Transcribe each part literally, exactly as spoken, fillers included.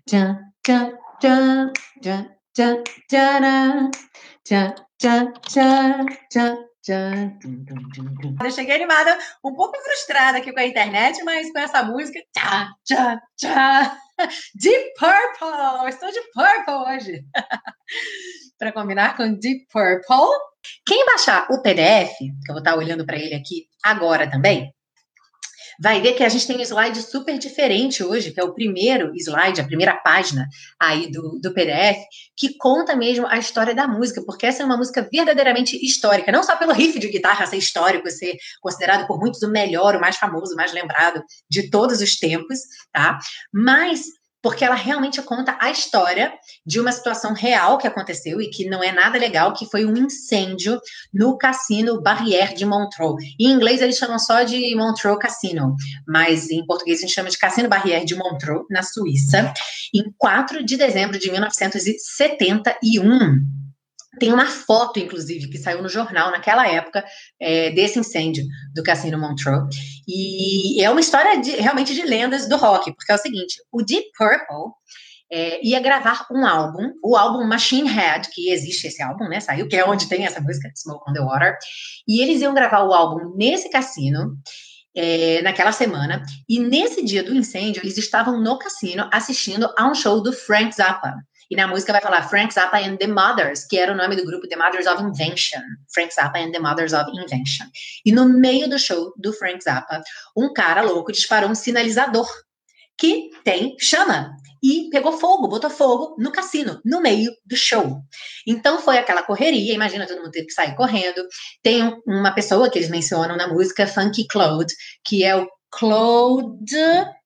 Tchan, tchan, tchan, tchan, tchan, tcharam, tchan, tchan, tchan, tchan, tchan, tum, tum, tum, tum. Eu cheguei animada, um pouco frustrada aqui com a internet, mas com essa música, tchan, tchan, tchan. Deep Purple! Estou de Purple hoje. Para combinar com Deep Purple. Quem baixar o P D F, que eu vou estar olhando para ele aqui agora também, vai ver que a gente tem um slide super diferente hoje, que é o primeiro slide, a primeira página aí do, do P D F, que conta mesmo a história da música, porque essa é uma música verdadeiramente histórica, não só pelo riff de guitarra ser histórico, ser considerado por muitos o melhor, o mais famoso, o mais lembrado de todos os tempos, tá? Mas porque ela realmente conta a história de uma situação real que aconteceu e que não é nada legal, que foi um incêndio no Cassino Barrière de Montreux. Em inglês eles chamam só de Montreux Cassino, mas em português a gente chama de Cassino Barrière de Montreux, na Suíça, em quatro de dezembro de mil novecentos e setenta e um. Tem uma foto, inclusive, que saiu no jornal naquela época, é, desse incêndio do Cassino Montreux. E é uma história de, realmente de lendas do rock, porque é o seguinte, o Deep Purple é, ia gravar um álbum, o álbum Machine Head, que existe esse álbum, né, saiu, que é onde tem essa música, Smoke on the Water, e eles iam gravar o álbum nesse cassino, é, naquela semana, e nesse dia do incêndio, eles estavam no cassino assistindo a um show do Frank Zappa. E na música vai falar Frank Zappa and the Mothers, que era o nome do grupo The Mothers of Invention. Frank Zappa and the Mothers of Invention. E no meio do show do Frank Zappa, um cara louco disparou um sinalizador que tem chama. E pegou fogo, botou fogo no cassino, no meio do show. Então foi aquela correria, imagina todo mundo teve que sair correndo. Tem uma pessoa que eles mencionam na música, Funky Claude, que é o Claude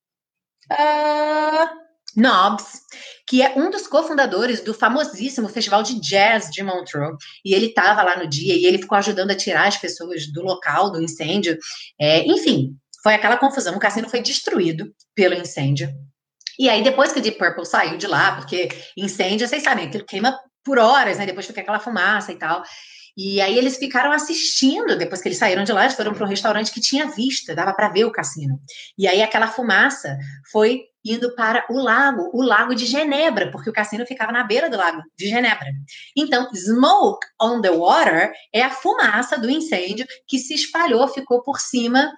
uh, Knobs, que é um dos cofundadores do famosíssimo Festival de Jazz de Montreux, e ele estava lá no dia, e ele ficou ajudando a tirar as pessoas do local, do incêndio, é, enfim, foi aquela confusão, o cassino foi destruído pelo incêndio, e aí depois que o Deep Purple saiu de lá, porque incêndio, vocês sabem, aquilo queima por horas, né, depois fica aquela fumaça e tal, e aí eles ficaram assistindo, depois que eles saíram de lá, eles foram para um restaurante que tinha vista, dava para ver o cassino, e aí aquela fumaça foi indo para o lago, o Lago de Genebra, porque o cassino ficava na beira do Lago de Genebra. Então, Smoke on the Water é a fumaça do incêndio que se espalhou, ficou por cima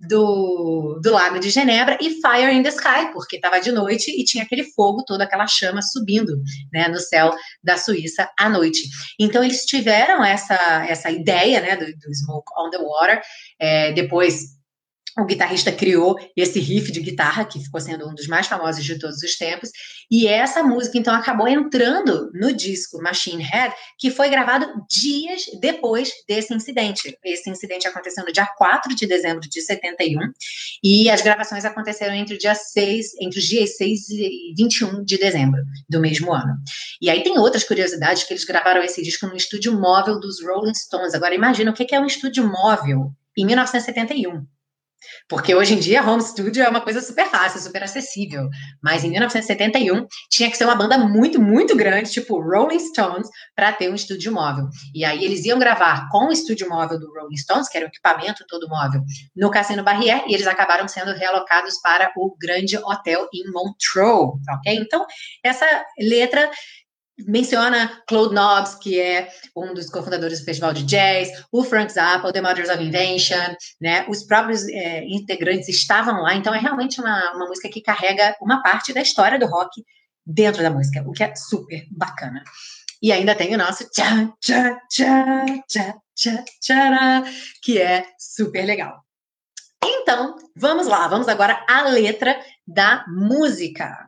do, do Lago de Genebra, e Fire in the Sky, porque estava de noite e tinha aquele fogo, toda aquela chama subindo, né, no céu da Suíça à noite. Então, eles tiveram essa, essa ideia, né, do, do Smoke on the Water, é, depois o guitarrista criou esse riff de guitarra, que ficou sendo um dos mais famosos de todos os tempos, e essa música, então, acabou entrando no disco Machine Head, que foi gravado dias depois desse incidente. Esse incidente aconteceu no dia quatro de dezembro de setenta e um, e as gravações aconteceram entre o dia seis, entre os dias seis e vinte e um de dezembro do mesmo ano. E aí tem outras curiosidades, que eles gravaram esse disco no estúdio móvel dos Rolling Stones. Agora, imagina o que é um estúdio móvel em mil novecentos e setenta e um. Porque hoje em dia home studio é uma coisa super fácil, super acessível, mas em mil novecentos e setenta e um tinha que ser uma banda muito, muito grande, tipo Rolling Stones, para ter um estúdio móvel. E aí eles iam gravar com o estúdio móvel do Rolling Stones, que era o equipamento todo móvel, no Cassino Barrière, e eles acabaram sendo realocados para o Grande Hotel em Montreux, ok? Então, essa letra menciona Claude Knobs, que é um dos cofundadores do Festival de Jazz, o Frank Zappa, o The Mothers of Invention, né? Os próprios é, integrantes estavam lá, então é realmente uma, uma música que carrega uma parte da história do rock dentro da música, o que é super bacana. E ainda tem o nosso tchá, tchá, tchá, tchá, tchá, tchá, que é super legal. Então, vamos lá, vamos agora à letra da música.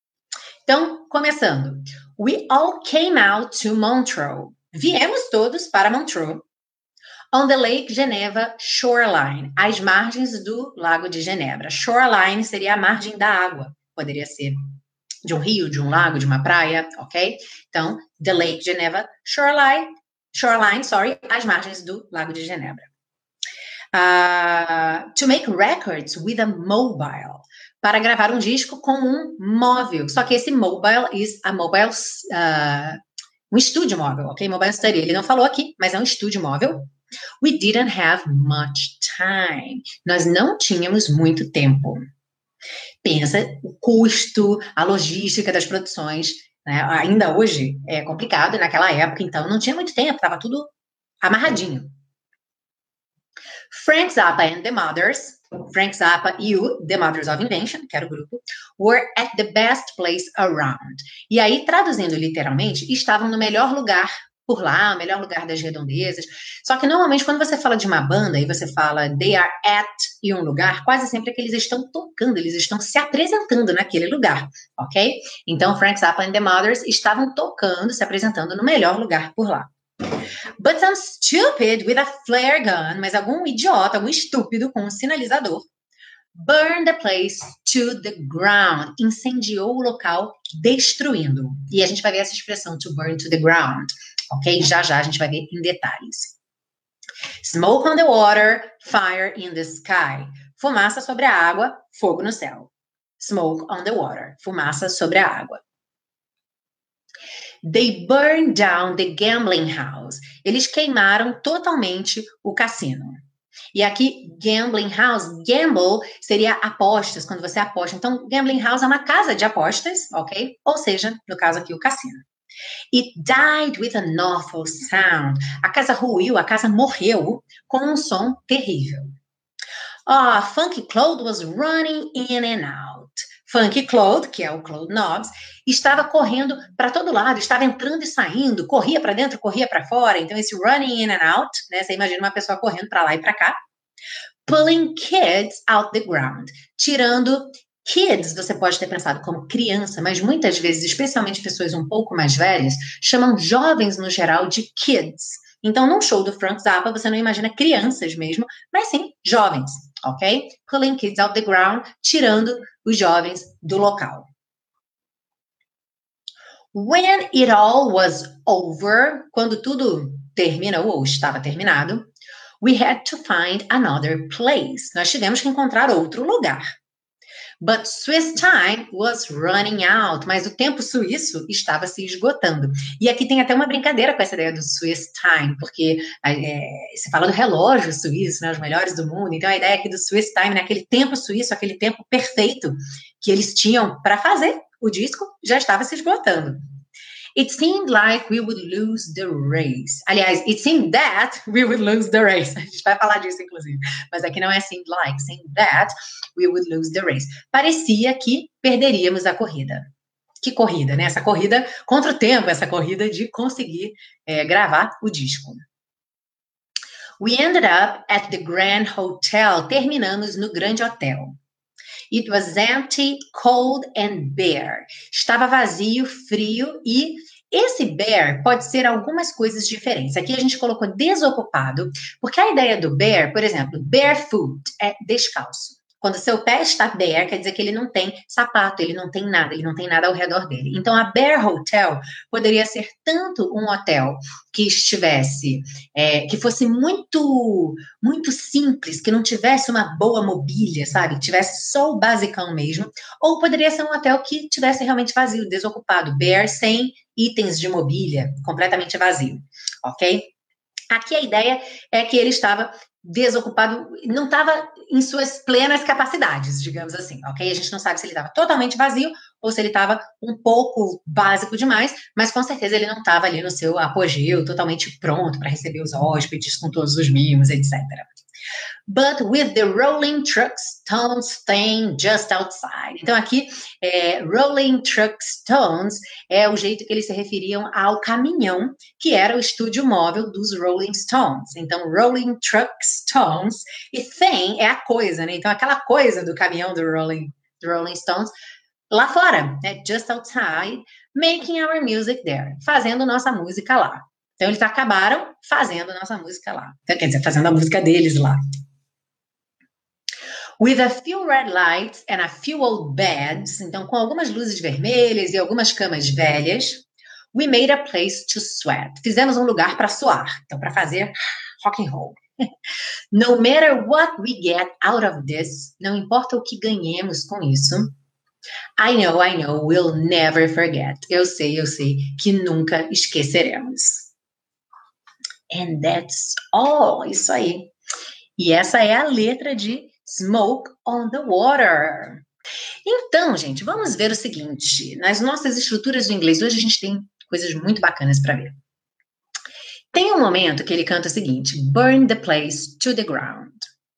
Então, começando. We all came out to Montreux. Viemos todos para Montreux. On the Lake Geneva Shoreline. Às margens do Lago de Genebra. Shoreline seria a margem da água. Poderia ser de um rio, de um lago, de uma praia, ok? Então, the Lake Geneva Shoreline. Shoreline, sorry. Às margens do Lago de Genebra. Uh, to make records with a mobile. Para gravar um disco com um móvel. Só que esse mobile is a mobile, uh, um estúdio móvel, ok? Mobile study. Ele não falou aqui, mas é um estúdio móvel. We didn't have much time. Nós não tínhamos muito tempo. Pensa o custo, a logística das produções, né? Ainda hoje é complicado, naquela época, então, não tinha muito tempo, estava tudo amarradinho. Frank Zappa and the Mothers, Frank Zappa e o The Mothers of Invention, que era o grupo, were at the best place around. E aí, traduzindo literalmente, estavam no melhor lugar por lá, o melhor lugar das redondezas. Só que normalmente quando você fala de uma banda e você fala they are at em um lugar, quase sempre é que eles estão tocando, eles estão se apresentando naquele lugar, ok? Então, Frank Zappa and the Mothers estavam tocando, se apresentando no melhor lugar por lá. But some stupid with a flare gun, mas algum idiota, algum estúpido com um sinalizador, burned the place to the ground, incendiou o local, destruindo. E a gente vai ver essa expressão, to burn to the ground, ok? Já já a gente vai ver em detalhes. Smoke on the water, fire in the sky. Fumaça sobre a água, fogo no céu. Smoke on the water, fumaça sobre a água. They burned down the gambling house. Eles queimaram totalmente o cassino. E aqui, gambling house, gamble seria apostas, quando você aposta. Então, gambling house é uma casa de apostas, ok? Ou seja, no caso aqui, o cassino. It died with an awful sound. A casa ruiu, a casa morreu com um som terrível. Ah, Funky Claude was running in and out. Funky Claude, que é o Claude Nobbs, estava correndo para todo lado, estava entrando e saindo, corria para dentro, corria para fora. Então, esse running in and out, né? Você imagina uma pessoa correndo para lá e para cá. Pulling kids out the ground. Tirando kids, você pode ter pensado como criança, mas muitas vezes, especialmente pessoas um pouco mais velhas, chamam jovens no geral de kids. Então, num show do Frank Zappa, você não imagina crianças mesmo, mas sim jovens, ok? Pulling kids out the ground, tirando os jovens do local. When it all was over, quando tudo terminou ou estava terminado, we had to find another place. Nós tivemos que encontrar outro lugar. But Swiss time was running out. Mas o tempo suíço estava se esgotando. E aqui tem até uma brincadeira com essa ideia do Swiss time, porque é, se fala do relógio suíço, né, os melhores do mundo. Então a ideia aqui do Swiss time, né, aquele tempo suíço, aquele tempo perfeito que eles tinham para fazer o disco, já estava se esgotando. It seemed like we would lose the race. Aliás, it seemed that we would lose the race. A gente vai falar disso, inclusive. Mas aqui não é seemed like, seemed that we would lose the race. Parecia que perderíamos a corrida. Que corrida, né? Essa corrida contra o tempo, essa corrida de conseguir é, gravar o disco. We ended up at the Grand Hotel. Terminamos no Grande Hotel. It was empty, cold and bare. Estava vazio, frio e esse bare pode ser algumas coisas diferentes. Aqui a gente colocou desocupado, porque a ideia do bare, por exemplo, barefoot é descalço. Quando seu pé está bare, quer dizer que ele não tem sapato, ele não tem nada, ele não tem nada ao redor dele. Então, a bare hotel poderia ser tanto um hotel que estivesse, é, que fosse muito, muito simples, que não tivesse uma boa mobília, sabe? Que tivesse só o basicão mesmo. Ou poderia ser um hotel que tivesse realmente vazio, desocupado, bare, sem itens de mobília, completamente vazio, ok? Aqui a ideia é que ele estava desocupado, não estava em suas plenas capacidades, digamos assim, ok? A gente não sabe se ele estava totalmente vazio ou se ele estava um pouco básico demais, mas com certeza ele não estava ali no seu apogeu, totalmente pronto para receber os hóspedes com todos os mimos, etcétera. But with the rolling truck stones staying just outside. Então aqui, é, rolling truck stones é o jeito que eles se referiam ao caminhão, que era o estúdio móvel dos Rolling Stones. Então, rolling truck stones, e thing é a coisa, né? Então aquela coisa do caminhão do Rolling, do Rolling Stones, lá fora, né? Just outside, making our music there, fazendo nossa música lá. Então eles acabaram fazendo nossa música lá. Então, quer dizer, fazendo a música deles lá. With a few red lights and a few old beds, então com algumas luzes vermelhas e algumas camas velhas, we made a place to sweat. Fizemos um lugar para suar, então para fazer rock and roll. No matter what we get out of this, não importa o que ganhemos com isso, I know, I know, we'll never forget. Eu sei, eu sei que nunca esqueceremos. And that's all, isso aí. E essa é a letra de Smoke on the Water. Então, gente, vamos ver o seguinte. Nas nossas estruturas de inglês, hoje a gente tem coisas muito bacanas para ver. Tem um momento que ele canta o seguinte: burn the place to the ground.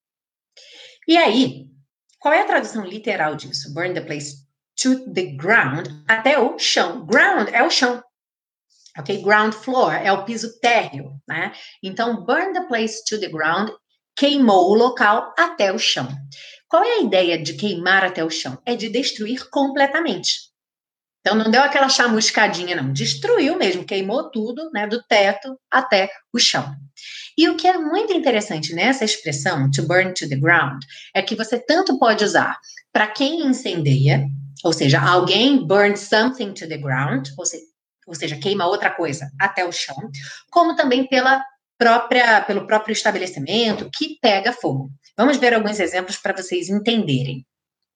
E aí, qual é a tradução literal disso? Burn the place to the ground, até o chão. Ground é o chão. Ok? Ground floor é o piso térreo, né? Então, burn the place to the ground, queimou o local até o chão. Qual é a ideia de queimar até o chão? É de destruir completamente. Então, não deu aquela chamuscadinha, não. Destruiu mesmo, queimou tudo, né? Do teto até o chão. E o que é muito interessante nessa expressão, to burn to the ground, é que você tanto pode usar para quem incendeia, ou seja, alguém burn something to the ground, ou seja, ou seja, queima outra coisa até o chão, como também pela própria, pelo próprio estabelecimento que pega fogo. Vamos ver alguns exemplos para vocês entenderem.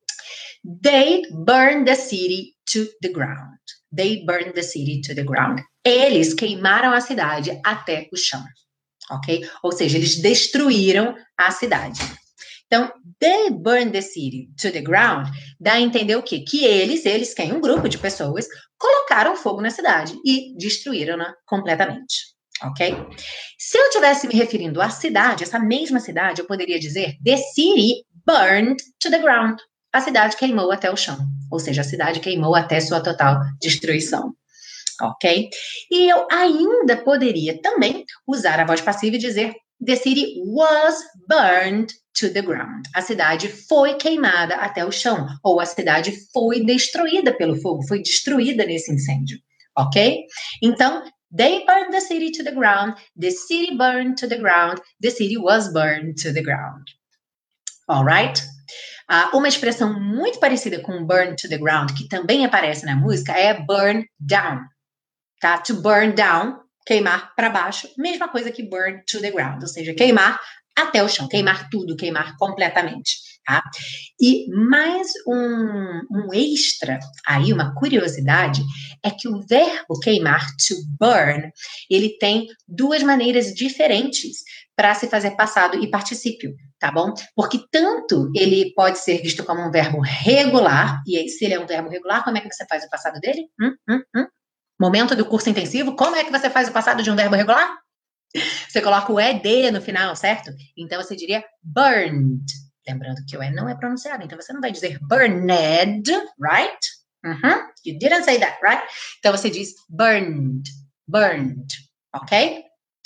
They burned the city to the ground. They burned the city to the ground. Eles queimaram a cidade até o chão. Ok? Ou seja, eles destruíram a cidade. Então, they burned the city to the ground dá a entender o quê? Que eles, eles, quem? Um grupo de pessoas, colocaram fogo na cidade e destruíram-na completamente. Ok? Se eu estivesse me referindo à cidade, essa mesma cidade, eu poderia dizer the city burned to the ground. A cidade queimou até o chão. Ou seja, a cidade queimou até sua total destruição. Ok? E eu ainda poderia também usar a voz passiva e dizer the city was burned to the ground. A cidade foi queimada até o chão, ou a cidade foi destruída pelo fogo, foi destruída nesse incêndio. Ok? Então, they burned the city to the ground, the city burned to the ground, the city was burned to the ground. Alright? Uh, uma expressão muito parecida com burn to the ground, que também aparece na música, é burn down. Tá? To burn down, queimar para baixo, mesma coisa que burn to the ground, ou seja, queimar até o chão, queimar tudo, queimar completamente, tá? E mais um, um extra, aí uma curiosidade, é que o verbo queimar, to burn, ele tem duas maneiras diferentes para se fazer passado e particípio, tá bom? Porque tanto ele pode ser visto como um verbo regular, e aí se ele é um verbo regular, como é que você faz o passado dele? Hum, hum, hum. Momento do curso intensivo, como é que você faz o passado de um verbo regular? Você coloca o ed no final, certo? Então você diria burned. Lembrando que o e não é pronunciado, então você não vai dizer burned, right? Uh-huh. You didn't say that, right? Então você diz burned, burned, ok?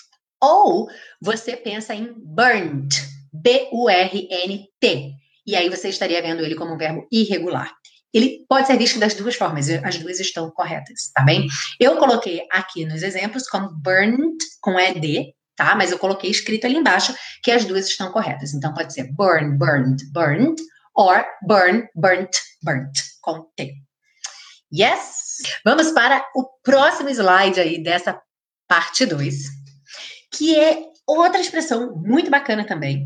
Ou você pensa em burnt, B U R N T. E aí você estaria vendo ele como um verbo irregular. Ele pode ser visto das duas formas, as duas estão corretas, tá bem? Eu coloquei aqui nos exemplos como burnt com ed, tá? Mas eu coloquei escrito ali embaixo que as duas estão corretas. Então pode ser burn, burned, burned, or burn, burnt, burnt, com T. Yes? Vamos para o próximo slide aí dessa parte dois, que é outra expressão muito bacana também,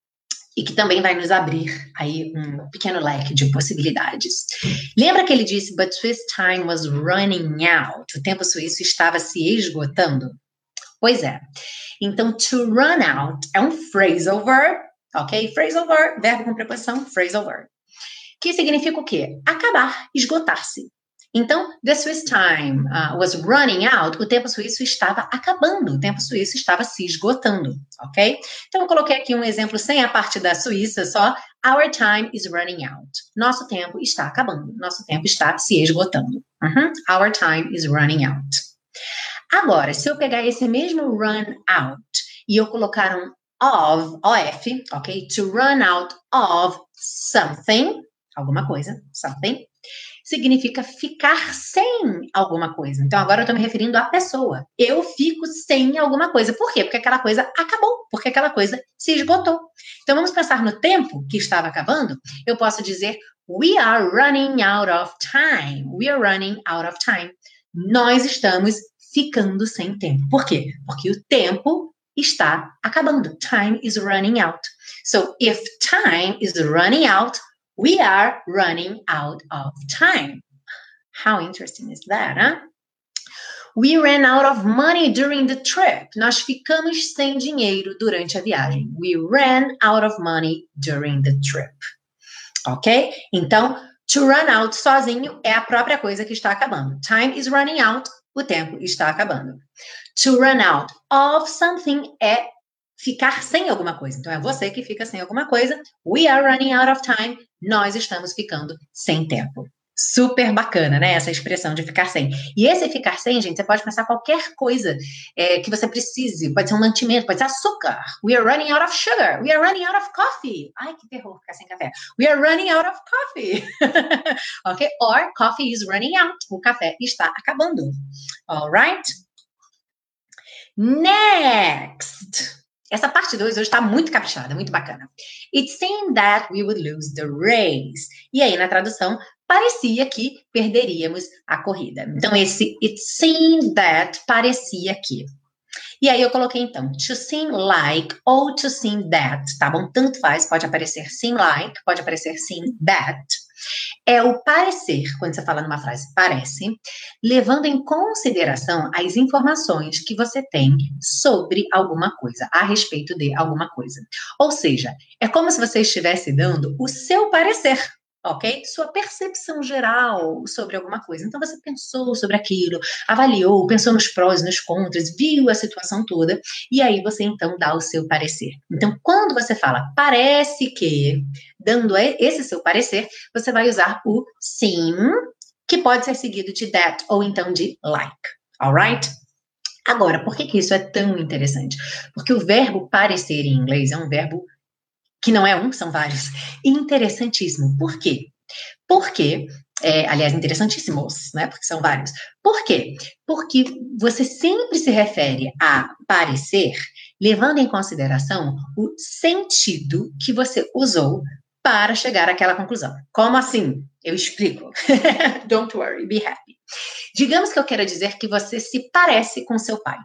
e que também vai nos abrir aí um pequeno leque de possibilidades. Lembra que ele disse, but Swiss time was running out? O tempo suíço estava se esgotando? Pois é. Então, to run out é um phrasal verb, ok? Phrasal verb, verbo com preposição, phrasal verb. Que significa o quê? Acabar, esgotar-se. Então, the Swiss time uh, was running out, o tempo suíço estava acabando, o tempo suíço estava se esgotando, ok? Então, eu coloquei aqui um exemplo sem a parte da Suíça, só, our time is running out. Nosso tempo está acabando, nosso tempo está se esgotando. Uh-huh. Our time is running out. Agora, se eu pegar esse mesmo run out e eu colocar um of, of, ok? To run out of something, alguma coisa, something, significa ficar sem alguma coisa. Então, agora eu estou me referindo à pessoa. Eu fico sem alguma coisa. Por quê? Porque aquela coisa acabou, porque aquela coisa se esgotou. Então, vamos pensar no tempo que estava acabando. Eu posso dizer, we are running out of time. We are running out of time. Nós estamos ficando sem tempo. Por quê? Porque o tempo está acabando. Time is running out. So, if time is running out, we are running out of time. How interesting is that, huh? We ran out of money during the trip. Nós ficamos sem dinheiro durante a viagem. We ran out of money during the trip. ok? Então, to run out sozinho é a própria coisa que está acabando. Time is running out, o tempo está acabando. To run out of something é ficar sem alguma coisa. Então, é você que fica sem alguma coisa. We are running out of time. Nós estamos ficando sem tempo. Super bacana, né? Essa expressão de ficar sem. E esse ficar sem, gente, você pode pensar qualquer coisa é, que você precise. Pode ser um mantimento, pode ser açúcar. We are running out of sugar. We are running out of coffee. Ai, que terror ficar sem café. We are running out of coffee. Ok? Or coffee is running out. O café está acabando. Alright? Next! Essa parte dois hoje está muito caprichada, muito bacana. It seemed that we would lose the race. E aí, na tradução, parecia que perderíamos a corrida. Então, esse it seemed that parecia que. E aí eu coloquei, então, to seem like ou to seem that, tá bom? Tanto faz, pode aparecer seem like, pode aparecer seem that. É o parecer, quando você fala numa frase parece, levando em consideração as informações que você tem sobre alguma coisa, a respeito de alguma coisa. Ou seja, é como se você estivesse dando o seu parecer, ok? Sua percepção geral sobre alguma coisa. Então, você pensou sobre aquilo, avaliou, pensou nos prós e nos contras, viu a situação toda, e aí você, então, dá o seu parecer. Então, quando você fala parece que, dando esse seu parecer, você vai usar o seem, que pode ser seguido de that, ou então de like, alright? Agora, por que que isso é tão interessante? Porque o verbo parecer em inglês é um verbo que não é um, são vários, interessantíssimo. Por quê? Porque, é, aliás, interessantíssimos, né? Porque são vários. Por quê? Porque você sempre se refere a parecer, levando em consideração o sentido que você usou para chegar àquela conclusão. Como assim? Eu explico. Don't worry, be happy. Digamos que eu quero dizer que você se parece com seu pai.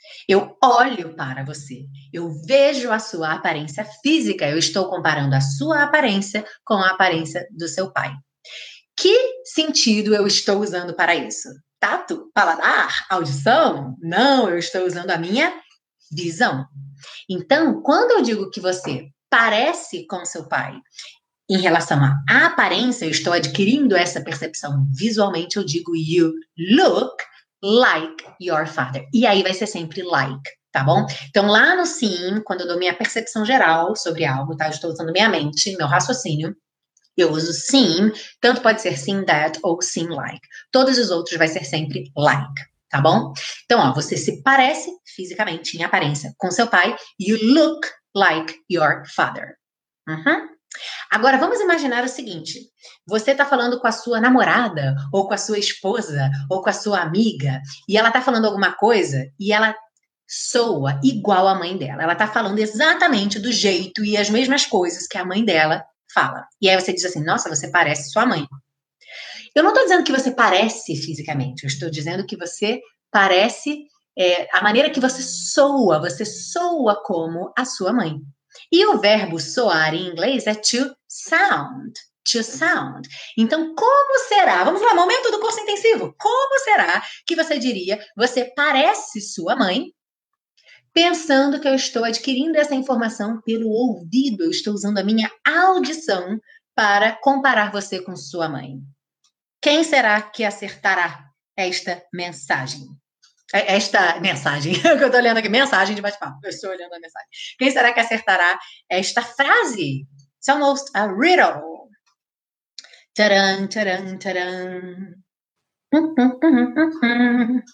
Eu olho para você, eu vejo a sua aparência física, eu estou comparando a sua aparência com a aparência do seu pai. Que sentido eu estou usando para isso? Tato? Paladar? Audição? Não, eu estou usando a minha visão. Então, quando eu digo que você parece com seu pai, em relação à aparência, eu estou adquirindo essa percepção visualmente, eu digo you look like your father. E aí vai ser sempre like, tá bom? Então, lá no sim, quando eu dou minha percepção geral sobre algo, tá? Eu estou usando minha mente, meu raciocínio, eu uso sim, tanto pode ser sim that ou sim like. Todos os outros vai ser sempre like, tá bom? Então, ó, você se parece fisicamente, em aparência, com seu pai. You look like your father. Uhum. Agora, vamos imaginar o seguinte. Você tá falando com a sua namorada, ou com a sua esposa, ou com a sua amiga, e ela tá falando alguma coisa, e ela soa igual à mãe dela. Ela tá falando exatamente do jeito e as mesmas coisas que a mãe dela fala. E aí você diz assim, nossa, você parece sua mãe. Eu não estou dizendo que você parece fisicamente, eu estou dizendo que você parece é, a maneira que você soa, você soa como a sua mãe. E o verbo soar em inglês é to sound. To sound. Então, como será? Vamos lá, momento do curso intensivo. Como será que você diria, você parece sua mãe? Pensando que eu estou adquirindo essa informação pelo ouvido, eu estou usando a minha audição para comparar você com sua mãe. Quem será que acertará esta mensagem? Esta mensagem, que eu estou olhando aqui, mensagem de bate-papo, eu estou olhando a mensagem. Quem será que acertará esta frase? It's almost a riddle. Tcharam, tcharam, tcharam. Hum, hum, hum, hum, hum.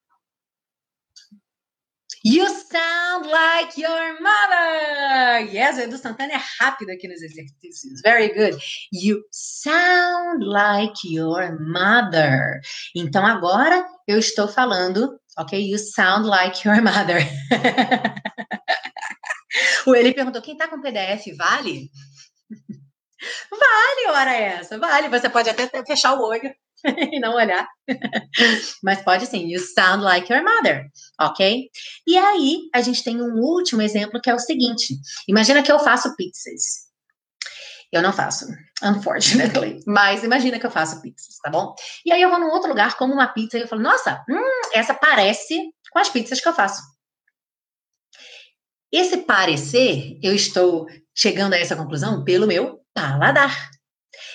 You sound like your mother! Yes, o Edu Santana é rápido aqui nos exercícios. Very good. You sound like your mother. Então, agora eu estou falando, ok? You sound like your mother. O Eli perguntou, quem tá com P D F, vale? Vale, hora essa, vale. Você pode até fechar o olho e não olhar. Mas pode sim, you sound like your mother, ok? E aí, a gente tem um último exemplo que é o seguinte. Imagina que eu faço pizzas. Eu não faço, unfortunately. Mas imagina que eu faço pizzas, tá bom? E aí eu vou num outro lugar, como uma pizza, e eu falo, nossa, hum, essa parece com as pizzas que eu faço. Esse parecer, eu estou chegando a essa conclusão pelo meu paladar.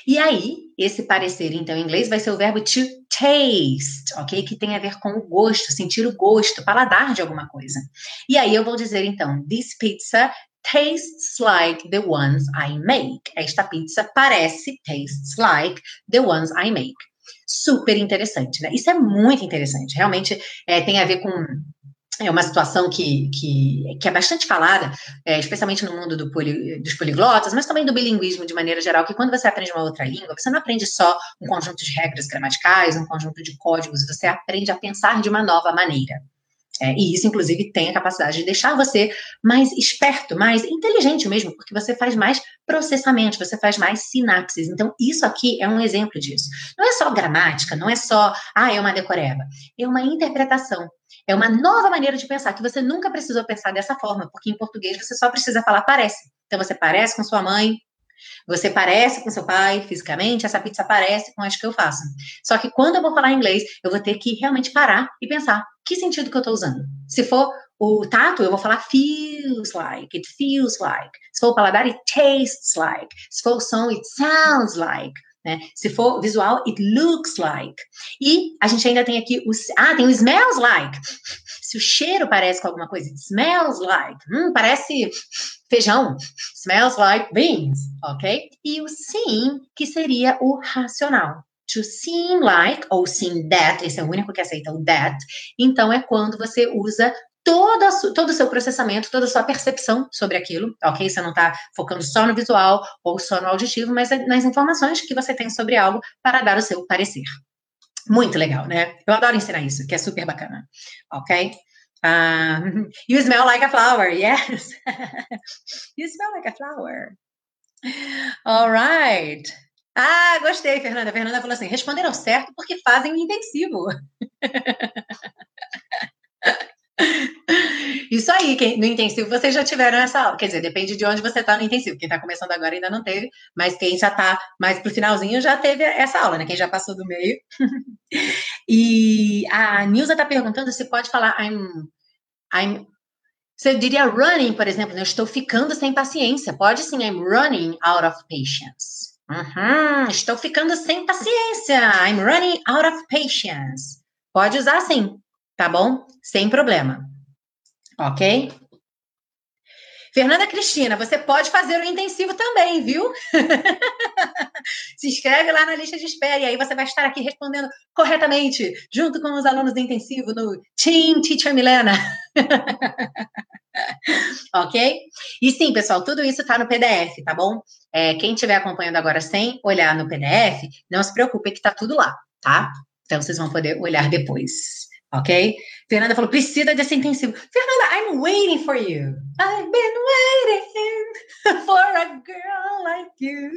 E aí, esse parecer, então, em inglês, vai ser o verbo to taste, ok? Que tem a ver com o gosto, sentir o gosto, paladar de alguma coisa. E aí eu vou dizer, então, this pizza tastes like the ones I make. Esta pizza parece, tastes like the ones I make. Super interessante, né? Isso é muito interessante. Realmente é, tem a ver com é uma situação que, que, que é bastante falada, é, especialmente no mundo do poli, dos poliglotas, mas também do bilinguismo de maneira geral, que quando você aprende uma outra língua, você não aprende só um conjunto de regras gramaticais, um conjunto de códigos, você aprende a pensar de uma nova maneira. É, e isso, inclusive, tem a capacidade de deixar você mais esperto, mais inteligente mesmo, porque você faz mais processamento, você faz mais sinapses. Então, isso aqui é um exemplo disso. Não é só gramática, não é só, ah, é uma decoreba. É uma interpretação. É uma nova maneira de pensar, que você nunca precisou pensar dessa forma, porque em português você só precisa falar parece. Então, você parece com sua mãe, você parece com seu pai fisicamente, essa pizza parece com as que eu faço. Só que quando eu vou falar inglês, eu vou ter que realmente parar e pensar, que sentido que eu estou usando? Se for o tato, eu vou falar feels like, it feels like. Se for o paladar, it tastes like. Se for o som, it sounds like. Né? Se for visual, it looks like. E a gente ainda tem aqui o... Ah, tem o smells like. Se o cheiro parece com alguma coisa, it smells like. Hum, parece feijão. Smells like beans, ok? E o seem, que seria o racional. To seem like, ou seem that, esse é o único que aceita o that. Então, é quando você usa Toda, todo o seu processamento, toda a sua percepção sobre aquilo, ok? Você não está focando só no visual ou só no auditivo, mas nas informações que você tem sobre algo para dar o seu parecer. Muito legal, né? Eu adoro ensinar isso, que é super bacana, ok? Um, you smell like a flower, yes. You smell like a flower. All right. Ah, gostei, Fernanda. A Fernanda falou assim, responderam certo porque fazem o intensivo. Isso aí, quem, no intensivo vocês já tiveram essa aula, quer dizer, depende de onde você está no intensivo, quem está começando agora ainda não teve, mas quem já está mais pro finalzinho já teve essa aula, né, quem já passou do meio. E a Nilza está perguntando se pode falar I'm, I'm, você diria running, por exemplo, né? Eu estou ficando sem paciência, pode sim, I'm running out of patience. Uhum, estou ficando sem paciência, I'm running out of patience. Pode usar sim, tá bom? Sem problema. Ok? Fernanda Cristina, você pode fazer o intensivo também, viu? Se inscreve lá na lista de espera e aí você vai estar aqui respondendo corretamente, junto com os alunos do intensivo no Team Teacher Milena. Ok? E sim, pessoal, tudo isso está no P D F, tá bom? É, quem estiver acompanhando agora sem olhar no P D F, não se preocupe que está tudo lá, tá? Então vocês vão poder olhar depois. Ok? Fernanda falou, precisa desse intensivo. Fernanda, I'm waiting for you. I've been waiting for a girl like you.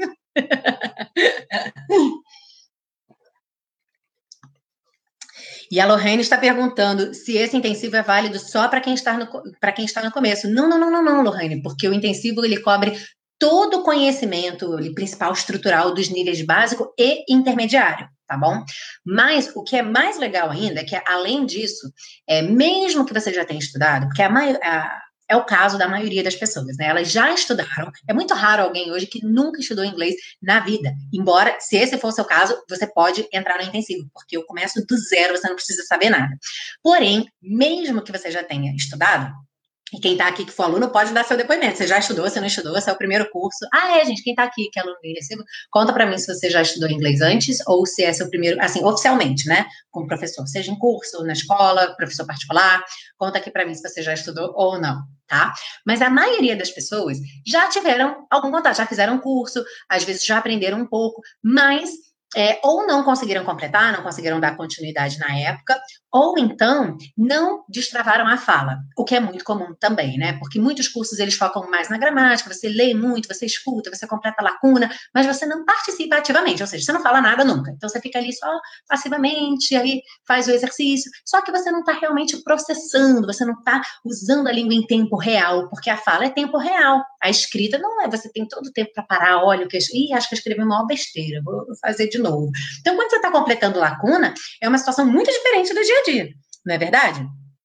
E a Lorraine está perguntando se esse intensivo é válido só para quem está no, para quem está no começo. Não, não, não, não, não, Lorraine, porque o intensivo ele cobre todo o conhecimento ele, principal estrutural dos níveis básico e intermediário, tá bom? Mas o que é mais legal ainda é que, além disso, é, mesmo que você já tenha estudado, porque a, a, é o caso da maioria das pessoas, né? Elas já estudaram, é muito raro alguém hoje que nunca estudou inglês na vida, embora, se esse for o seu caso, você pode entrar no intensivo, porque eu começo do zero, você não precisa saber nada. Porém, mesmo que você já tenha estudado, e quem está aqui que for aluno pode dar seu depoimento. Você já estudou, você não estudou, esse é o primeiro curso. Ah, é, gente, quem está aqui que é aluno do intensivo, conta para mim se você já estudou inglês antes ou se é seu primeiro, assim, oficialmente, né, como professor, seja em curso, na escola, professor particular, conta aqui para mim se você já estudou ou não, tá? Mas a maioria das pessoas já tiveram algum contato, já fizeram curso, às vezes já aprenderam um pouco, mas É, ou não conseguiram completar, não conseguiram dar continuidade na época, ou então não destravaram a fala, o que é muito comum também, né? Porque muitos cursos eles focam mais na gramática, você lê muito, você escuta, você completa a lacuna, mas você não participa ativamente, ou seja, você não fala nada nunca. Então você fica ali só passivamente, aí faz o exercício, só que você não está realmente processando, você não está usando a língua em tempo real, porque a fala é tempo real, a escrita não é, você tem todo o tempo para parar, olha o que eu... Ih, acho que eu escrevi uma besteira, vou fazer de novo. Então, quando você está completando lacuna, é uma situação muito diferente do dia a dia, não é verdade?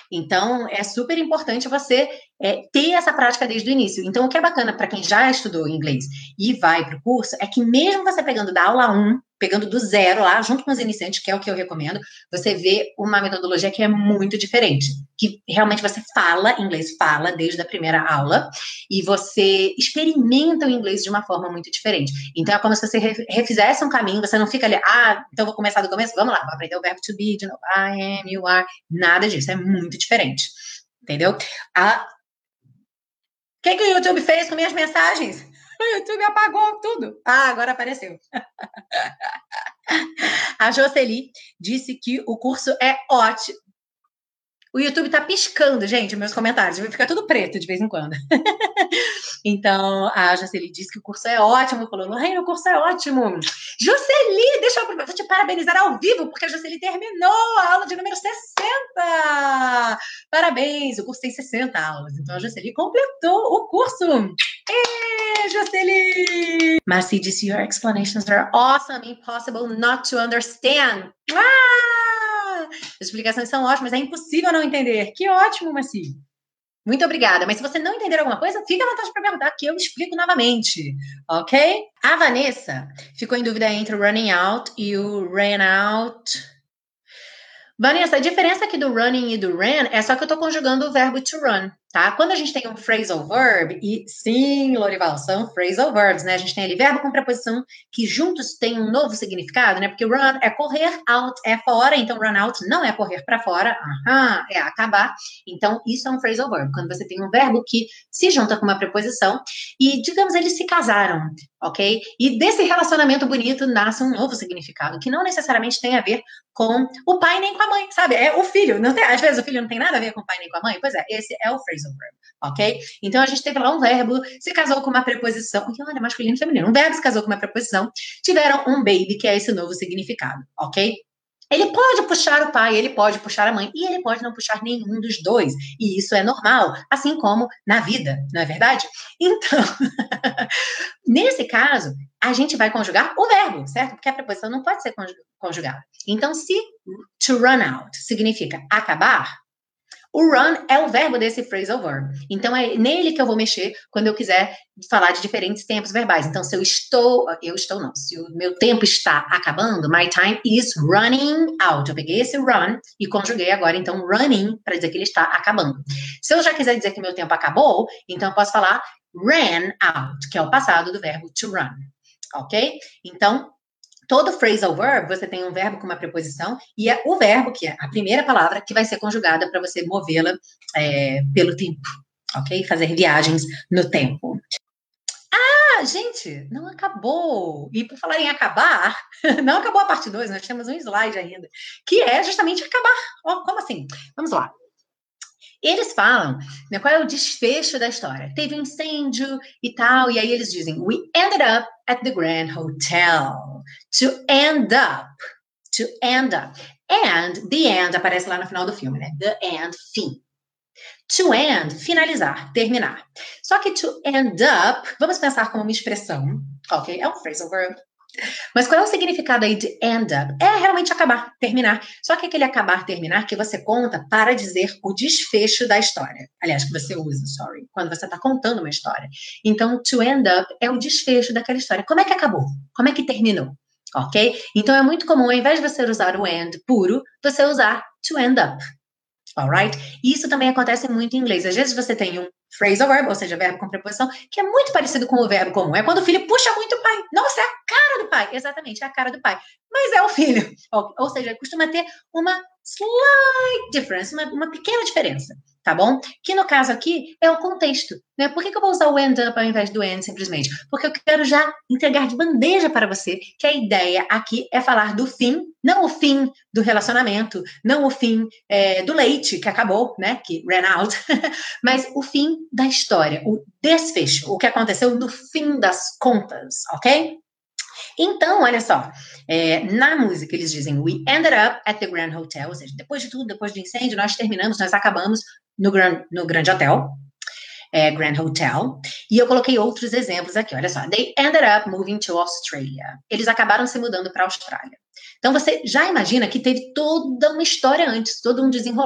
Então, é super importante você é, ter essa prática desde o início. Então, o que é bacana para quem já estudou inglês e vai para o curso é que mesmo você pegando da aula um, pegando do zero lá, junto com os iniciantes, que é o que eu recomendo, você vê uma metodologia que é muito diferente, que realmente você fala inglês, fala desde a primeira aula, e você experimenta o inglês de uma forma muito diferente. Então, é como se você refizesse um caminho, você não fica ali, ah, então vou começar do começo, vamos lá, vou aprender o verbo to be, de novo, I am, you are, nada disso, é muito diferente, entendeu? A... O que, que o YouTube fez com minhas mensagens? O YouTube apagou tudo. Ah, agora apareceu. A Jocely disse que o curso é ótimo. O YouTube tá piscando, gente, meus comentários. Vai ficar tudo preto de vez em quando. Então, a Jocely disse que o curso é ótimo. Falou, Lorraine, o curso é ótimo. Jocely, deixa eu te parabenizar ao vivo, porque a Jocely terminou a aula de número sessenta. Parabéns, o curso tem sessenta aulas. Então, a Jocely completou o curso. Ê, Jocely! Marci disse, your explanations are awesome, impossible not to understand. Ah! As explicações são ótimas, é impossível não entender. Que ótimo, Marci. Muito obrigada. Mas se você não entender alguma coisa, fica à vontade para perguntar, que eu explico novamente, ok? A Vanessa ficou em dúvida entre o running out e o ran out. Vanessa, a diferença aqui do running e do ran é só que eu tô conjugando o verbo to run, tá? Quando a gente tem um phrasal verb, e sim, Lorival, são phrasal verbs, né? A gente tem ali verbo com preposição que juntos têm um novo significado, né? Porque run é correr, out é fora, então run out não é correr para fora, aham, é acabar. Então, isso é um phrasal verb, quando você tem um verbo que se junta com uma preposição e, digamos, eles se casaram, ok? E desse relacionamento bonito nasce um novo significado, que não necessariamente tem a ver com o pai nem com a mãe, sabe? É o filho. Não tem, às vezes o filho não tem nada a ver com o pai nem com a mãe. Pois é, esse é o phrasal verb, ok? Então a gente teve lá um verbo, se casou com uma preposição. E olha, masculino e feminino. Um verbo se casou com uma preposição, tiveram um baby, que é esse novo significado, ok? Ele pode puxar o pai, ele pode puxar a mãe, e ele pode não puxar nenhum dos dois. E isso é normal, assim como na vida, não é verdade? Então, nesse caso, a gente vai conjugar o verbo, certo? Porque a preposição não pode ser conjugada. Então, se to run out significa acabar, o run é o verbo desse phrasal verb. Então, é nele que eu vou mexer quando eu quiser falar de diferentes tempos verbais. Então, se eu estou... Eu estou não. Se o meu tempo está acabando, my time is running out. Eu peguei esse run e conjuguei agora, então, running, para dizer que ele está acabando. Se eu já quiser dizer que meu tempo acabou, então eu posso falar ran out, que é o passado do verbo to run. Ok? Então... Todo phrasal verb, você tem um verbo com uma preposição e é o verbo, que é a primeira palavra, que vai ser conjugada para você movê-la é, pelo tempo, ok? Fazer viagens no tempo. Ah, gente, não acabou. E por falar em acabar, não acabou a parte dois, nós temos um slide ainda, que é justamente acabar. Oh, como assim? Vamos lá. Eles falam, né, qual é o desfecho da história. Teve um incêndio e tal, e aí eles dizem, we ended up at the Grand Hotel. To end up. To end up. And, the end, aparece lá no final do filme, né? The end, fim. To end, finalizar, terminar. Só que to end up, vamos pensar como uma expressão, ok? É um phrasal verb. Mas qual é o significado aí de end up? É realmente acabar, terminar. Só que aquele acabar, terminar que você conta para dizer o desfecho da história. Aliás, que você usa, sorry, quando você está contando uma história. Então, to end up é o desfecho daquela história. Como é que acabou? Como é que terminou? Ok? Então, é muito comum, ao invés de você usar o end puro, você usar to end up. Alright? Isso também acontece muito em inglês. Às vezes você tem um phrasal verb, ou seja, verbo com preposição, que é muito parecido com o verbo comum. É quando o filho puxa muito o pai. Nossa, é a cara do pai. Exatamente, é a cara do pai. Mas é o filho. Ou, ou seja, costuma ter uma slight difference, uma, uma pequena diferença, tá bom? Que no caso aqui é o contexto, né? Por que, que eu vou usar o end up ao invés do end simplesmente? Porque eu quero já entregar de bandeja para você que a ideia aqui é falar do fim, não o fim do relacionamento, não o fim é, do leite que acabou, né? Que ran out, mas o fim da história, o desfecho, o que aconteceu no fim das contas, ok? Então, olha só, é, na música eles dizem we ended up at the Grand Hotel, ou seja, depois de tudo, depois do incêndio, nós terminamos, nós acabamos no, gran, no Grande Hotel, é, Grand Hotel, e eu coloquei outros exemplos aqui, olha só, they ended up moving to Australia, eles acabaram se mudando para a Austrália. Então, você já imagina que teve toda uma história antes, todo um desenrolar,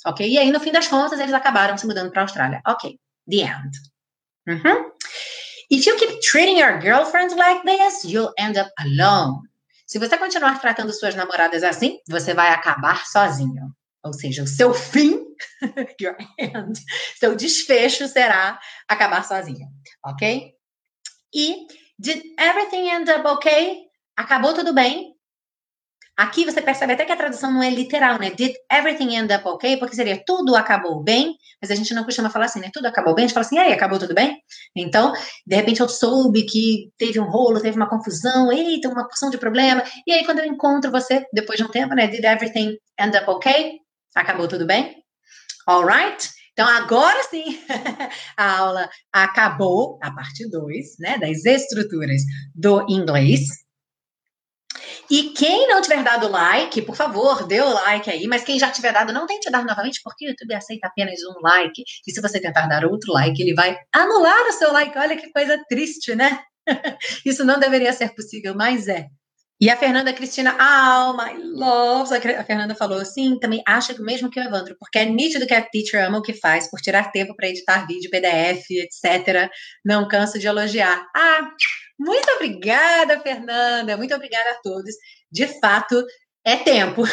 ok? E aí, no fim das contas, eles acabaram se mudando para a Austrália. Ok, the end. Uhum. If you keep treating your girlfriends like this, you'll end up alone. Se você continuar tratando suas namoradas assim, você vai acabar sozinho. Ou seja, o seu fim, your end, seu desfecho será acabar sozinho, ok? E did everything end up okay? Acabou tudo bem? Aqui você percebe até que a tradução não é literal, né? Did everything end up okay? Porque seria tudo acabou bem, mas a gente não costuma falar assim, né? Tudo acabou bem, a gente fala assim, e aí, acabou tudo bem? Então, de repente eu soube que teve um rolo, teve uma confusão, eita, uma porção de problema, e aí quando eu encontro você, depois de um tempo, né? Did everything end up okay? Acabou tudo bem? Alright? Então, agora sim, a aula acabou, a parte dois, né? Das estruturas do inglês. E quem não tiver dado like, por favor, dê o like aí, mas quem já tiver dado, não tente dar novamente, porque o YouTube aceita apenas um like, e se você tentar dar outro like, ele vai anular o seu like. Olha que coisa triste, né? Isso não deveria ser possível, mas é. E a Fernanda Cristina, oh, my loves, a Fernanda falou assim, também acha que o mesmo que o Evandro, porque é nítido que a teacher ama o que faz, por tirar tempo para editar vídeo, P D F, etcétera. Não canso de elogiar. Ah, muito obrigada, Fernanda, muito obrigada a todos. De fato, é tempo.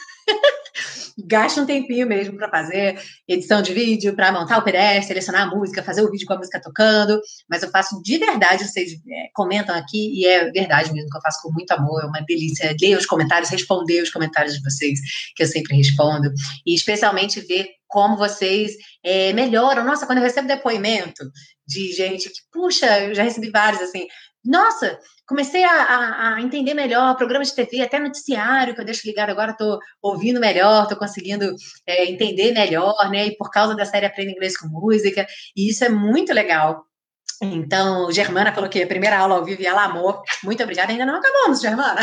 Gasta um tempinho mesmo para fazer edição de vídeo, para montar o P D F, selecionar a música, fazer o vídeo com a música tocando, mas eu faço de verdade, vocês é, comentam aqui, e é verdade mesmo que eu faço com muito amor, é uma delícia ler os comentários, responder os comentários de vocês, que eu sempre respondo, e especialmente ver como vocês é, melhoram. Nossa, quando eu recebo depoimento de gente que, puxa, eu já recebi vários, assim, nossa, comecei a, a, a entender melhor programa de T V, até noticiário, que eu deixo ligado agora, estou ouvindo melhor, estou conseguindo é, entender melhor, né? E por causa da série Aprenda Inglês com Música, e isso é muito legal. Então, Germana falou que a primeira aula ao vivo e ela amou. Muito obrigada. Ainda não acabamos, Germana.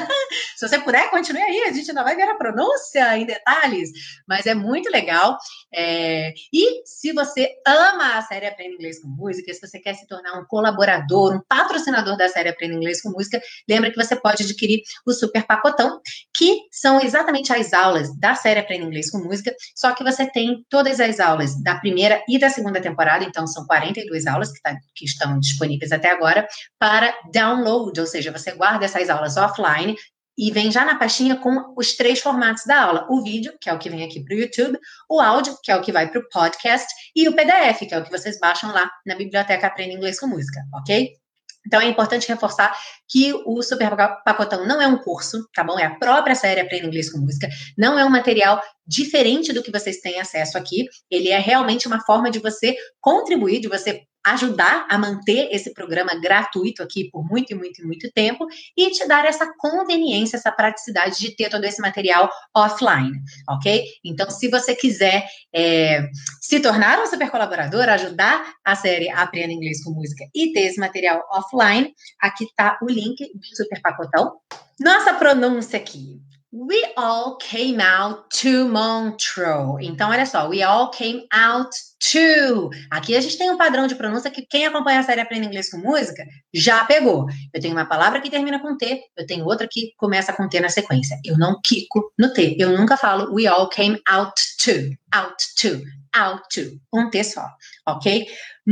Se você puder, continue aí. A gente ainda vai ver a pronúncia em detalhes, mas é muito legal. É... E se você ama a série Aprenda Inglês com Música, se você quer se tornar um colaborador, um patrocinador da série Aprenda Inglês com Música, lembra que você pode adquirir o Super Pacotão, que são exatamente as aulas da série Aprenda Inglês com Música, só que você tem todas as aulas da primeira e da segunda temporada, então são quarenta e duas aulas que tá que estão disponíveis até agora, para download, ou seja, você guarda essas aulas offline e vem já na pastinha com os três formatos da aula. O vídeo, que é o que vem aqui para o YouTube, o áudio, que é o que vai para o podcast, e o P D F, que é o que vocês baixam lá na biblioteca Aprenda Inglês com Música, ok? Então, é importante reforçar que o Super Pacotão não é um curso, tá bom? É a própria série Aprenda Inglês com Música, não é um material diferente do que vocês têm acesso aqui, ele é realmente uma forma de você contribuir, de você ajudar a manter esse programa gratuito aqui por muito e muito e muito tempo e te dar essa conveniência, essa praticidade de ter todo esse material offline, ok? Então, se você quiser é, se tornar um super colaborador, ajudar a série Aprenda Inglês com Música e ter esse material offline, aqui está o link do Super Pacotão. Nossa pronúncia aqui. We all came out to Montreux. Então, olha só, we all came out to. Aqui a gente tem um padrão de pronúncia que quem acompanha a série Aprenda Inglês com Música já pegou. Eu tenho uma palavra que termina com T, eu tenho outra que começa com T na sequência. Eu não quico no T, eu nunca falo we all came out to, out to, out to. Um T só, ok?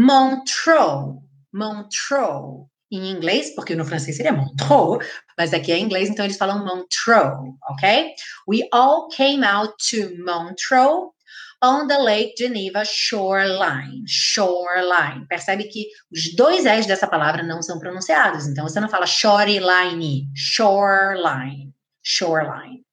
Montreux, Montreux. Em inglês, porque no francês seria Montreux, mas aqui é em inglês, então eles falam Montreux, ok? We all came out to Montreux on the Lake Geneva shoreline. Shoreline. Percebe que os dois S dessa palavra não são pronunciados, então você não fala shoreline, shoreline, shoreline.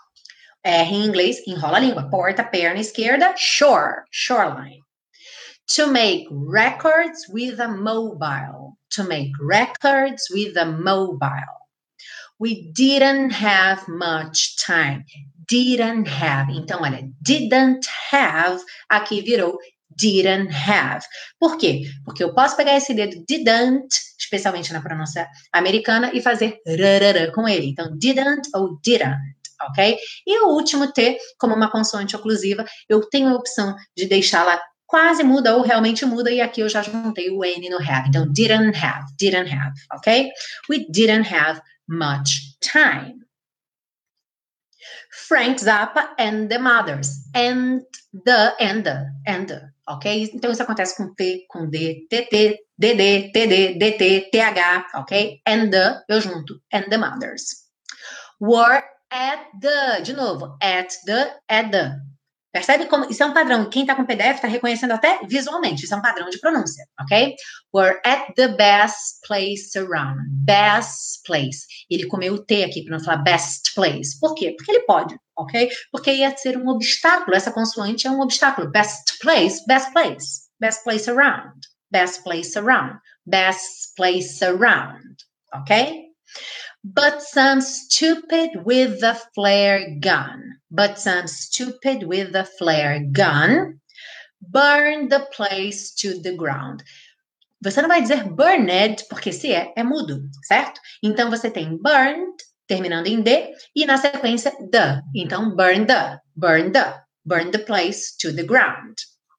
R em inglês, enrola a língua. Porta, perna esquerda, shore, shoreline. To make records with a mobile. To make records with a mobile. We didn't have much time. Didn't have. Então, olha, didn't have, aqui virou didn't have. Por quê? Porque eu posso pegar esse dedo didn't, especialmente na pronúncia americana, e fazer rarara com ele. Então, didn't ou didn't, ok? E o último T, como uma consoante oclusiva, eu tenho a opção de deixá-la quase muda ou realmente muda, e aqui eu já juntei o N no have. Então, didn't have, didn't have, ok? We didn't have much time. Frank Zappa and the Mothers. And the, and the, and the. Ok? Então isso acontece com T, com D, T T, D D, T D, D T, T H, ok? And the, eu junto. And the Mothers. Were at the, de novo, at the, at the. Percebe como isso é um padrão? Quem está com P D F está reconhecendo até visualmente. Isso é um padrão de pronúncia, ok? Were at the best place around. Best place. Ele comeu o T aqui para não falar best place. Por quê? Porque ele pode, ok? Porque ia ser um obstáculo. Essa consoante é um obstáculo. Best place, best place. Best place around. Best place around. Best place around. Ok? But some stupid with a flare gun. But some stupid with a flare gun burned the place to the ground. Você não vai dizer burned, porque se é, é mudo, certo? Então, você tem burned, terminando em D, e na sequência, the. Então, burn the, burn the, burn the place to the ground.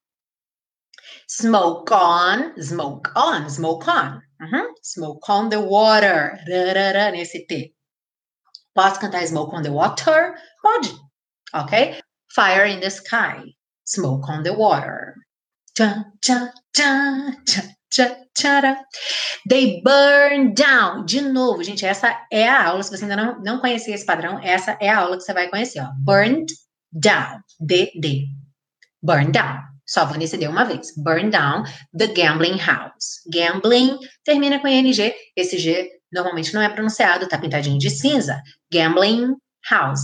Smoke on, smoke on, smoke on. Uhum. Smoke on the water. Rarara, nesse T. Posso cantar smoke on the water? Pode. Ok? Fire in the sky. Smoke on the water. Cha, cha, cha, cha, cha, cha. They burn down. De novo, gente, essa é a aula. Se você ainda não, não conhecia esse padrão, essa é a aula que você vai conhecer. Ó. Burned down. D, D. Burn down. Só vou nesse D uma vez. Burn down the gambling house. Gambling termina com I N G. Esse G normalmente não é pronunciado, tá pintadinho de cinza. Gambling house.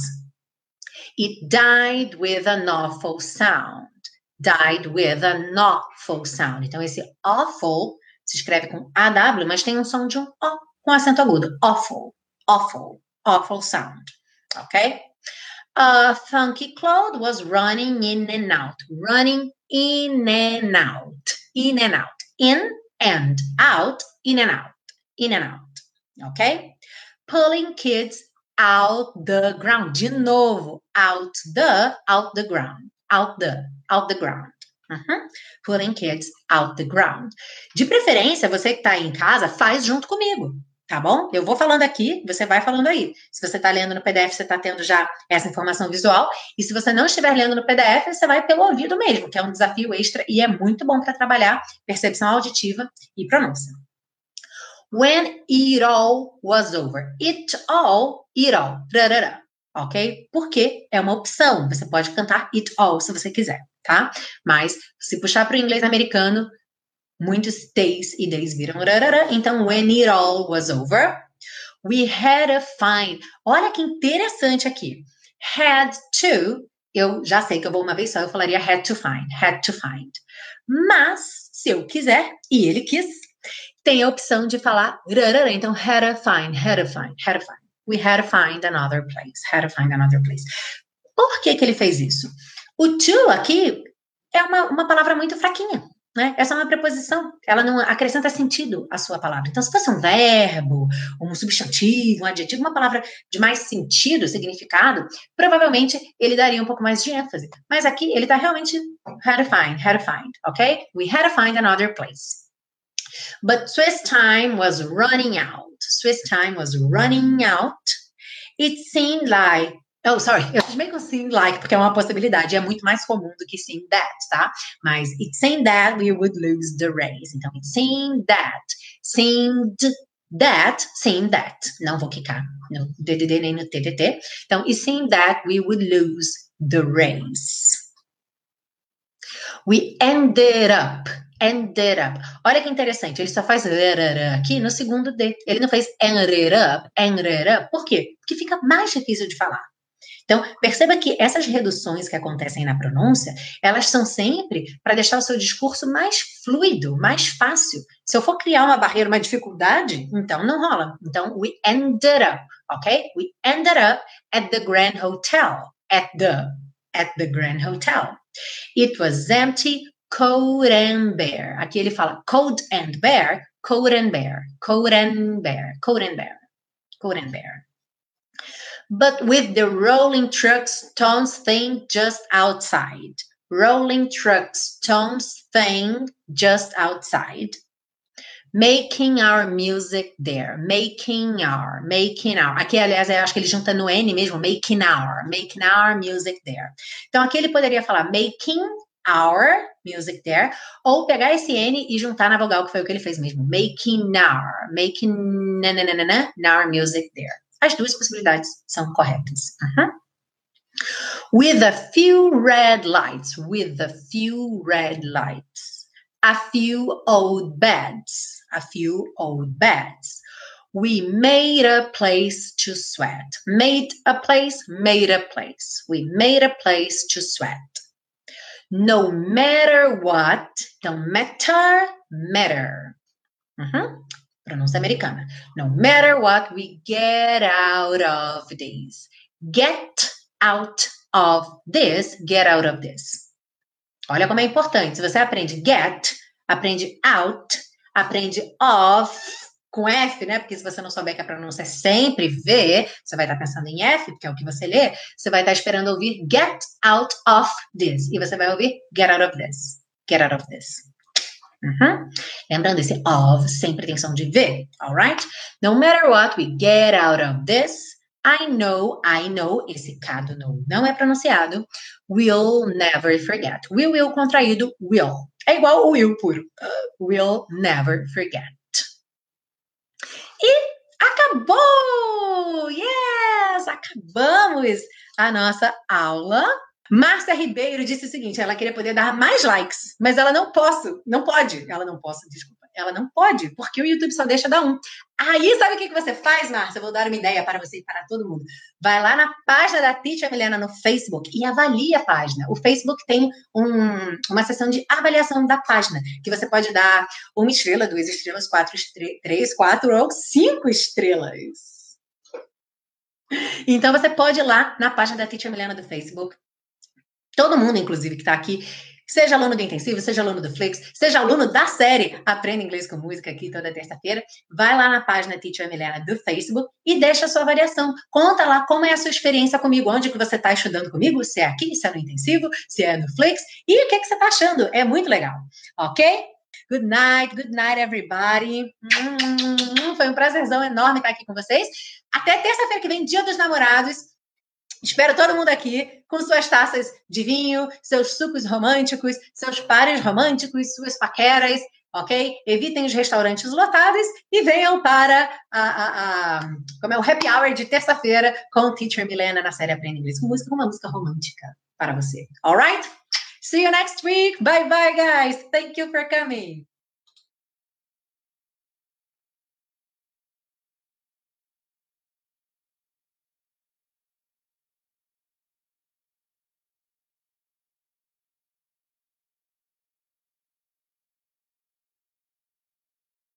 It died with an awful sound. Died with an awful sound. Então, esse awful se escreve com A W, mas tem um som de um O com acento agudo. Awful. Awful. Awful sound. Ok? A funky cloud was running in and out. Running in and out. In and out. In and out. In and out. In and out. Ok? Pulling kids out the ground. De novo. Out the, out the ground. Out the, out the ground. Uhum. Pulling kids out the ground. De preferência, você que está aí em casa, faz junto comigo. Tá bom? Eu vou falando aqui, você vai falando aí. Se você está lendo no P D F, você está tendo já essa informação visual. E se você não estiver lendo no P D F, você vai pelo ouvido mesmo, que é um desafio extra e é muito bom para trabalhar percepção auditiva e pronúncia. When it all was over. It all, it all. Rarara. Ok? Porque é uma opção. Você pode cantar it all se você quiser, tá? Mas se puxar para o inglês americano, muitos days e days viram rarara. Então, when it all was over, we had to find. Olha que interessante aqui. Had to, eu já sei que eu vou uma vez só, eu falaria had to find, had to find. Mas, se eu quiser, e ele quis, tem a opção de falar rarara. Então, had to find, had to find, had to find. We had to find another place, had to find another place. Por que que ele fez isso? O to aqui é uma, uma palavra muito fraquinha. Né? Essa é uma preposição, ela não acrescenta sentido à sua palavra. Então, se fosse um verbo, um substantivo, um adjetivo, uma palavra de mais sentido, significado, provavelmente ele daria um pouco mais de ênfase. Mas aqui ele está realmente had to find, had to find, ok? We had to find another place. But Swiss time was running out. Swiss time was running out. It seemed like Oh, sorry, eu fiz meio com seem like, porque é uma possibilidade, é muito mais comum do que seem that, tá? Mas it seemed that we would lose the race. Então, it seemed that, seemed that, seemed that. Não vou quicar no D D D nem no T T T. Então, it seemed that we would lose the race. We ended up, ended up. Olha que interessante, ele só faz aqui no segundo D. Ele não fez ended up, ended up. Por quê? Porque fica mais difícil de falar. Então, perceba que essas reduções que acontecem na pronúncia, elas são sempre para deixar o seu discurso mais fluido, mais fácil. Se eu for criar uma barreira, uma dificuldade, então não rola. Então, we ended up, ok? We ended up at the Grand Hotel. At the, at the Grand Hotel. It was empty, cold and bare. Aqui ele fala cold and bare, cold and bare, cold and bare, cold and bare, cold and bare. But with the rolling trucks, Tom's thing just outside. Rolling trucks, Tom's thing just outside. Making our music there. Making our. Making our. Aqui, aliás, eu acho que ele junta no N mesmo. Making our. Making our music there. Então, aqui ele poderia falar making our music there, ou pegar esse N e juntar na vogal, que foi o que ele fez mesmo. Making our. Making nananana, our music there. As duas possibilidades são corretas. Uh-huh. With a few red lights. With a few red lights. A few old beds. A few old beds. We made a place to sweat. Made a place, made a place. We made a place to sweat. No matter what, don't matter, matter. Uhum. Pronúncia americana. No matter what, we get out of this. Get out of this, get out of this. Olha como é importante. Se você aprende get, aprende out, aprende of, com F, né? Porque se você não souber que a pronúncia é sempre V, você vai estar pensando em F, porque é o que você lê, você vai estar esperando ouvir get out of this. E você vai ouvir get out of this. Get out of this. Uhum. Lembrando, esse of sempre tem som de V, alright? No matter what, we get out of this. I know, I know, esse K do know não é pronunciado. We'll never forget. Will, will contraído, will. É igual o will puro. Uh, we'll never forget. E acabou! Yes! Acabamos a nossa aula. Márcia Ribeiro disse o seguinte, ela queria poder dar mais likes, mas ela não posso, não pode, ela não posso, desculpa, ela não pode, porque o YouTube só deixa dar um. Aí, sabe o que você faz, Márcia? Eu vou dar uma ideia para você e para todo mundo. Vai lá na página da Teacher Milena no Facebook e avalia a página. O Facebook tem um, uma seção de avaliação da página, que você pode dar uma estrela, duas estrelas, quatro, estre- três, quatro ou cinco estrelas. Então, você pode ir lá na página da Teacher Milena do Facebook. Todo mundo, inclusive, que está aqui, seja aluno do Intensivo, seja aluno do Flix, seja aluno da série Aprenda Inglês com Música aqui toda terça-feira, vai lá na página Teacher Milena do Facebook e deixa a sua avaliação. Conta lá como é a sua experiência comigo, onde que você está estudando comigo, se é aqui, se é no Intensivo, se é no Flix, e o que, que você está achando. É muito legal, ok? Good night, good night, everybody. Hum, foi um prazerzão enorme estar aqui com vocês. Até terça-feira que vem, Dia dos Namorados. Espero todo mundo aqui com suas taças de vinho, seus sucos românticos, seus pares românticos, suas paqueras, ok? Evitem os restaurantes lotados e venham para a, a, a, como é, o happy hour de terça-feira com Teacher Milena na série Aprenda Inglês com Música, uma música romântica para você. Alright? See you next week. Bye bye, guys. Thank you for coming.